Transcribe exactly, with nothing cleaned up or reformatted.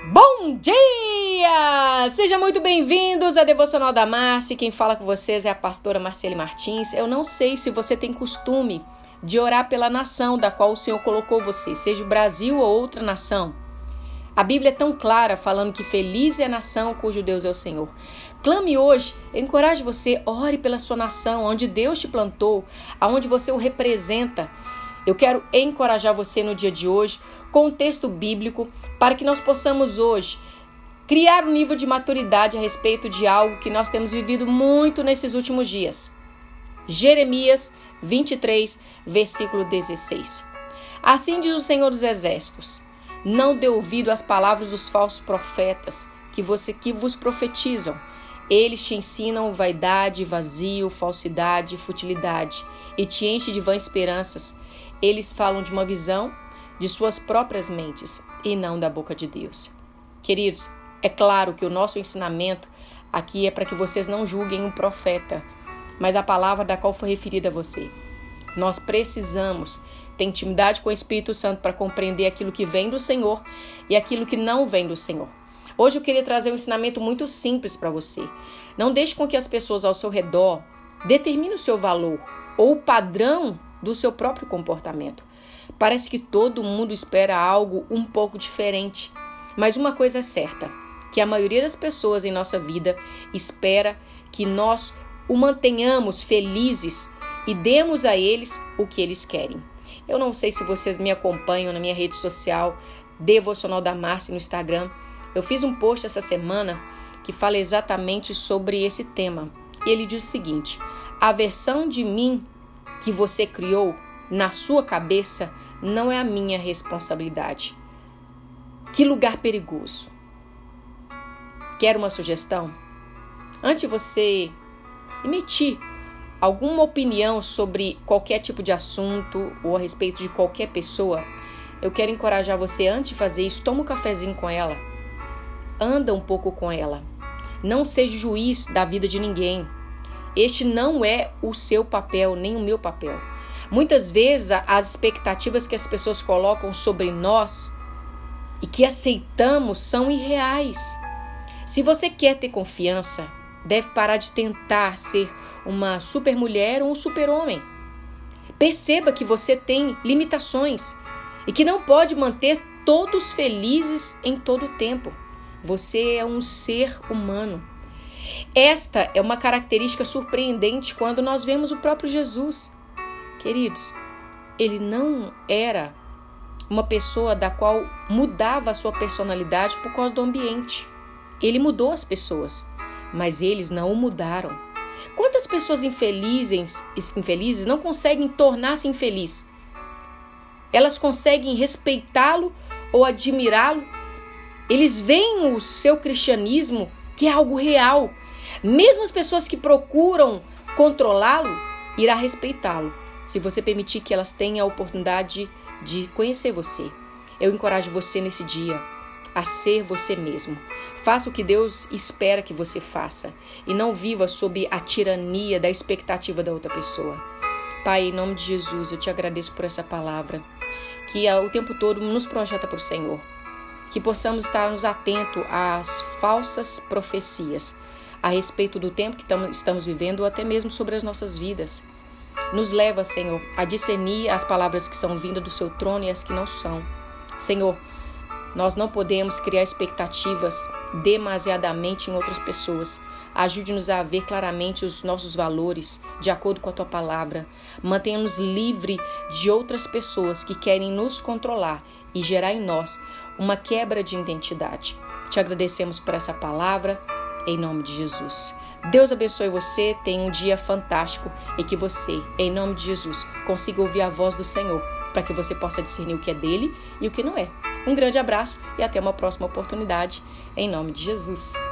Bom dia! Sejam muito bem-vindos à Devocional da Márcia. Quem fala com vocês é a pastora Marcele Martins. Eu não sei se você tem costume de orar pela nação da qual o Senhor colocou você, seja o Brasil ou outra nação. A Bíblia é tão clara falando que feliz é a nação cujo Deus é o Senhor. Clame hoje, eu encorajo você, ore pela sua nação, onde Deus te plantou, aonde você o representa. Eu quero encorajar você no dia de hoje com um texto bíblico para que nós possamos hoje criar um nível de maturidade a respeito de algo que nós temos vivido muito nesses últimos dias. Jeremias vinte e três, versículo dezesseis. Assim diz o Senhor dos Exércitos: não dê ouvido às palavras dos falsos profetas que, você, que vos profetizam. Eles te ensinam vaidade, vazio, falsidade, futilidade e te enchem de vãs esperanças. Eles falam de uma visão de suas próprias mentes e não da boca de Deus. Queridos, é claro que o nosso ensinamento aqui é para que vocês não julguem um profeta, mas a palavra da qual foi referida a você. Nós precisamos ter intimidade com o Espírito Santo para compreender aquilo que vem do Senhor e aquilo que não vem do Senhor. Hoje eu queria trazer um ensinamento muito simples para você. Não deixe com que as pessoas ao seu redor determinem o seu valor ou o padrão do seu próprio comportamento. Parece que todo mundo espera algo um pouco diferente, mas uma coisa é certa, que a maioria das pessoas em nossa vida espera que nós o mantenhamos felizes e demos a eles o que eles querem. Eu não sei se vocês me acompanham na minha rede social, Devocional da Márcia no Instagram. Eu fiz um post essa semana que fala exatamente sobre esse tema. E ele diz o seguinte: a versão de mim que você criou na sua cabeça não é a minha responsabilidade. Que lugar perigoso. Quer uma sugestão? Antes de você emitir alguma opinião sobre qualquer tipo de assunto ou a respeito de qualquer pessoa, eu quero encorajar você, antes de fazer isso, toma um cafezinho com ela. Anda um pouco com ela. Não seja juiz da vida de ninguém. Este não é o seu papel, nem o meu papel. Muitas vezes as expectativas que as pessoas colocam sobre nós e que aceitamos são irreais. Se você quer ter confiança, deve parar de tentar ser uma super mulher ou um super homem. Perceba que você tem limitações e que não pode manter todos felizes em todo o tempo. Você é um ser humano. Esta é uma característica surpreendente quando nós vemos o próprio Jesus. Queridos, ele não era uma pessoa da qual mudava a sua personalidade por causa do ambiente. Ele mudou as pessoas, mas eles não o mudaram. Quantas pessoas infelizes, infelizes não conseguem tornar-se infelizes? Elas conseguem respeitá-lo ou admirá-lo. Eles veem o seu cristianismo, que é algo real. Mesmo as pessoas que procuram controlá-lo, irá respeitá-lo, se você permitir que elas tenham a oportunidade de conhecer você. Eu encorajo você nesse dia a ser você mesmo. Faça o que Deus espera que você faça e não viva sob a tirania da expectativa da outra pessoa. Pai, em nome de Jesus, eu te agradeço por essa palavra, que o tempo todo nos projeta para o Senhor. Que possamos estarmos atentos às falsas profecias a respeito do tempo que estamos vivendo ou até mesmo sobre as nossas vidas. Nos leva, Senhor, a discernir as palavras que são vindas do seu trono e as que não são. Senhor, nós não podemos criar expectativas demasiadamente em outras pessoas. Ajude-nos a ver claramente os nossos valores de acordo com a tua palavra. Mantenha-nos livre de outras pessoas que querem nos controlar e gerar em nós uma quebra de identidade. Te agradecemos por essa palavra, em nome de Jesus. Deus abençoe você, tenha um dia fantástico e que você, em nome de Jesus, consiga ouvir a voz do Senhor para que você possa discernir o que é dele e o que não é. Um grande abraço e até uma próxima oportunidade, em nome de Jesus.